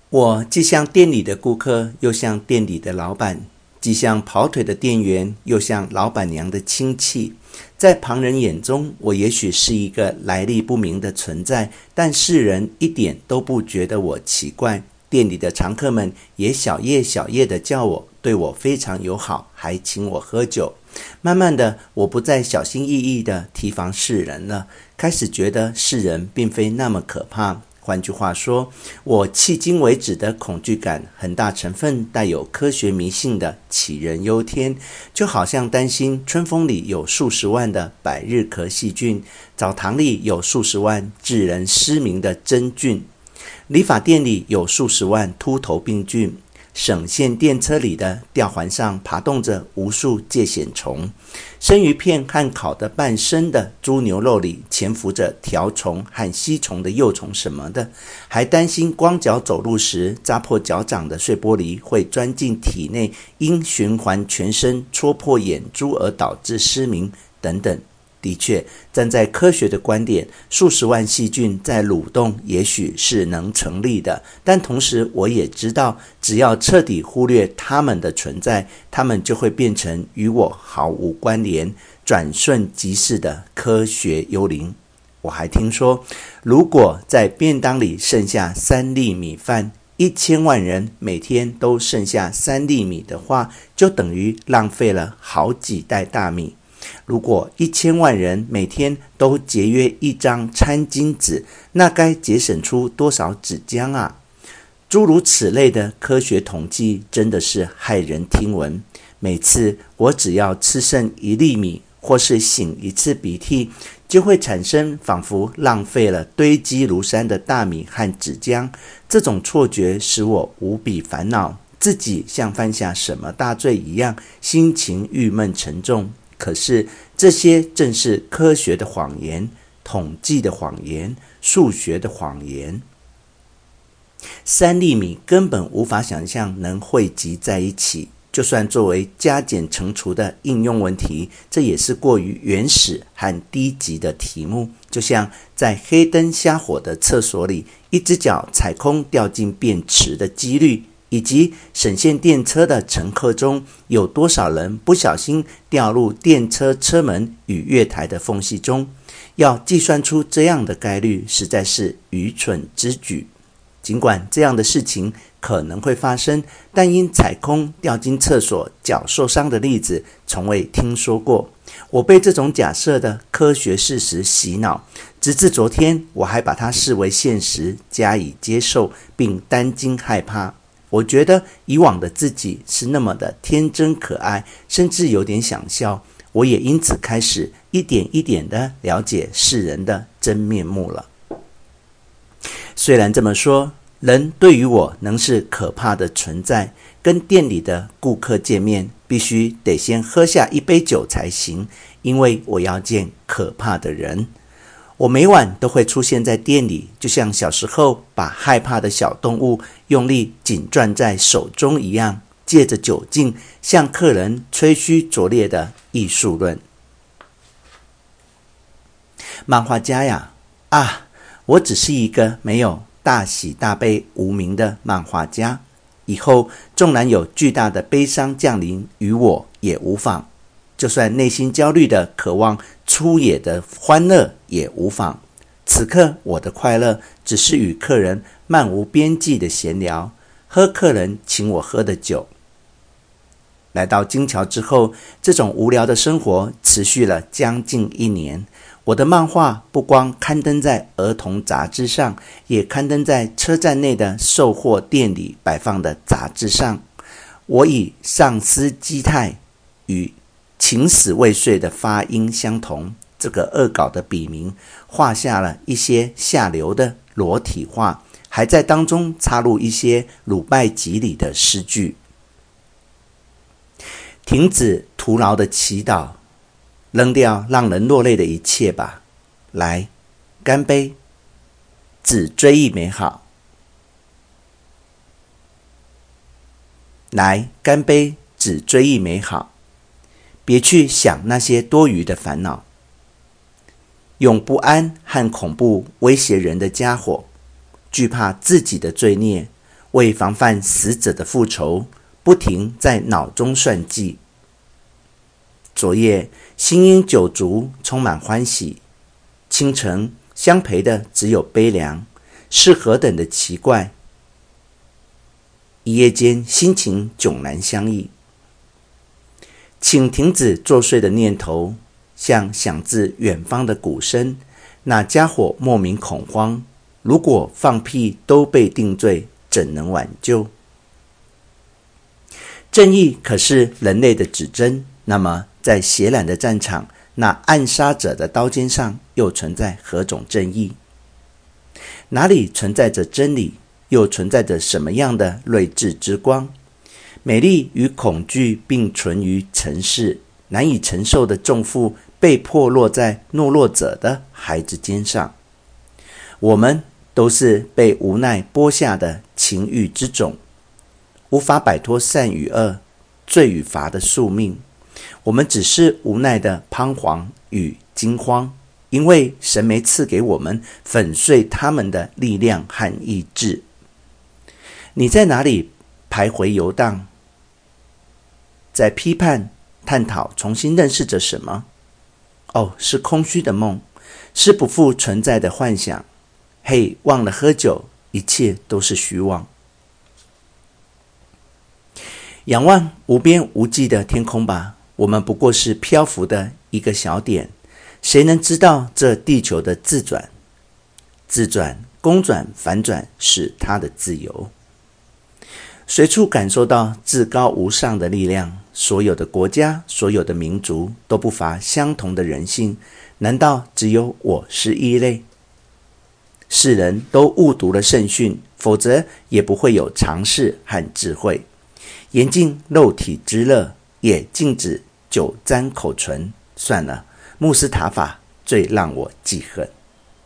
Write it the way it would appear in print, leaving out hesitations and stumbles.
我既像店里的顾客，又像店里的老板，既像跑腿的店员，又像老板娘的亲戚。在旁人眼中，我也许是一个来历不明的存在，但世人一点都不觉得我奇怪。店里的常客们也小叶小叶的叫我，对我非常友好，还请我喝酒。慢慢的，我不再小心翼翼地提防世人了，开始觉得世人并非那么可怕。换句话说，我迄今为止的恐惧感很大成分带有科学迷信的杞人忧天，就好像担心春风里有数十万的百日咳细菌，澡堂里有数十万致人失明的真菌，理发店里有数十万秃头病菌，省线电车里的吊环上爬动着无数疥藓虫，生鱼片和烤的半生的猪牛肉里潜伏着条虫和吸虫的幼虫什么的，还担心光脚走路时扎破脚掌的碎玻璃会钻进体内，因循环全身戳破眼珠而导致失明等等。的确，站在科学的观点，数十万细菌在蠕动也许是能成立的，但同时我也知道，只要彻底忽略它们的存在，它们就会变成与我毫无关联、转瞬即逝的科学幽灵。我还听说，如果在便当里剩下3粒米饭，1000万人每天都剩下3粒米的话，就等于浪费了好几袋大米。如果1000万人每天都节约一张餐巾纸，那该节省出多少纸浆啊？诸如此类的科学统计真的是骇人听闻。每次我只要吃剩1粒米，或是擤一次鼻涕，就会产生仿佛浪费了堆积如山的大米和纸浆。这种错觉使我无比烦恼，自己像犯下什么大罪一样，心情郁闷沉重。可是这些正是科学的谎言、统计的谎言、数学的谎言。3粒米根本无法想象能汇集在一起，就算作为加减乘除的应用问题，这也是过于原始和低级的题目。就像在黑灯瞎火的厕所里，一只脚踩空掉进便池的几率，以及省线电车的乘客中有多少人不小心掉入电车车门与月台的缝隙中，要计算出这样的概率实在是愚蠢之举。尽管这样的事情可能会发生，但因踩空掉进厕所脚受伤的例子从未听说过。我被这种假设的科学事实洗脑，直至昨天我还把它视为现实，加以接受并担惊害怕。我觉得以往的自己是那么的天真可爱，甚至有点想笑。我也因此开始一点一点地了解世人的真面目了。虽然这么说，人对于我能是可怕的存在。跟店里的顾客见面，必须得先喝下一杯酒才行，因为我要见可怕的人。我每晚都会出现在店里，就像小时候把害怕的小动物用力紧攥在手中一样，借着酒劲向客人吹嘘拙劣的艺术论。漫画家呀，我只是一个没有大喜大悲无名的漫画家，以后纵然有巨大的悲伤降临于我也无妨，就算内心焦虑的渴望粗野的欢乐也无妨。此刻我的快乐只是与客人漫无边际的闲聊，喝客人请我喝的酒。来到金桥之后，这种无聊的生活持续了将近1年。我的漫画不光刊登在儿童杂志上，也刊登在车站内的售货店里摆放的杂志上。我以上司基泰与请死未遂的发音相同这个恶搞的笔名，画下了一些下流的裸体画，还在当中插入一些鲁拜集里的诗句。停止徒劳的祈祷，扔掉让人落泪的一切吧。来，干杯，只追忆美好。来，干杯，只追忆美好。别去想那些多余的烦恼。用不安和恐怖威胁人的家伙，惧怕自己的罪孽， 为防范死者的复仇，不停在脑中算计。昨夜星阴九族充满欢喜，清晨相陪的只有悲凉，是何等的奇怪！一夜间心情迥然相异。请停止作祟的念头，像响自远方的鼓声。那家伙莫名恐慌，如果放屁都被定罪，怎能挽救？正义可是人类的指针，那么在血染的战场，那暗杀者的刀尖上又存在何种正义？哪里存在着真理，又存在着什么样的睿智之光？美丽与恐惧并存于尘世，难以承受的重负被迫落在懦弱者的孩子肩上。我们都是被无奈播下的情欲之种，无法摆脱善与恶、罪与罚的宿命。我们只是无奈的彷徨与惊慌，因为神没赐给我们粉碎他们的力量和意志。你在哪里徘徊游荡？在批判、探讨、重新认识着什么？哦，是空虚的梦，是不复存在的幻想。嘿，忘了喝酒，一切都是虚妄。仰望无边无际的天空吧，我们不过是漂浮的一个小点。谁能知道这地球的自转、公转、反转是它的自由？随处感受到至高无上的力量，所有的国家，所有的民族都不乏相同的人性，难道只有我是异类？世人都误读了圣训，否则也不会有常识和智慧。严禁肉体之乐，也禁止酒沾口唇。算了，穆斯塔法最让我记恨。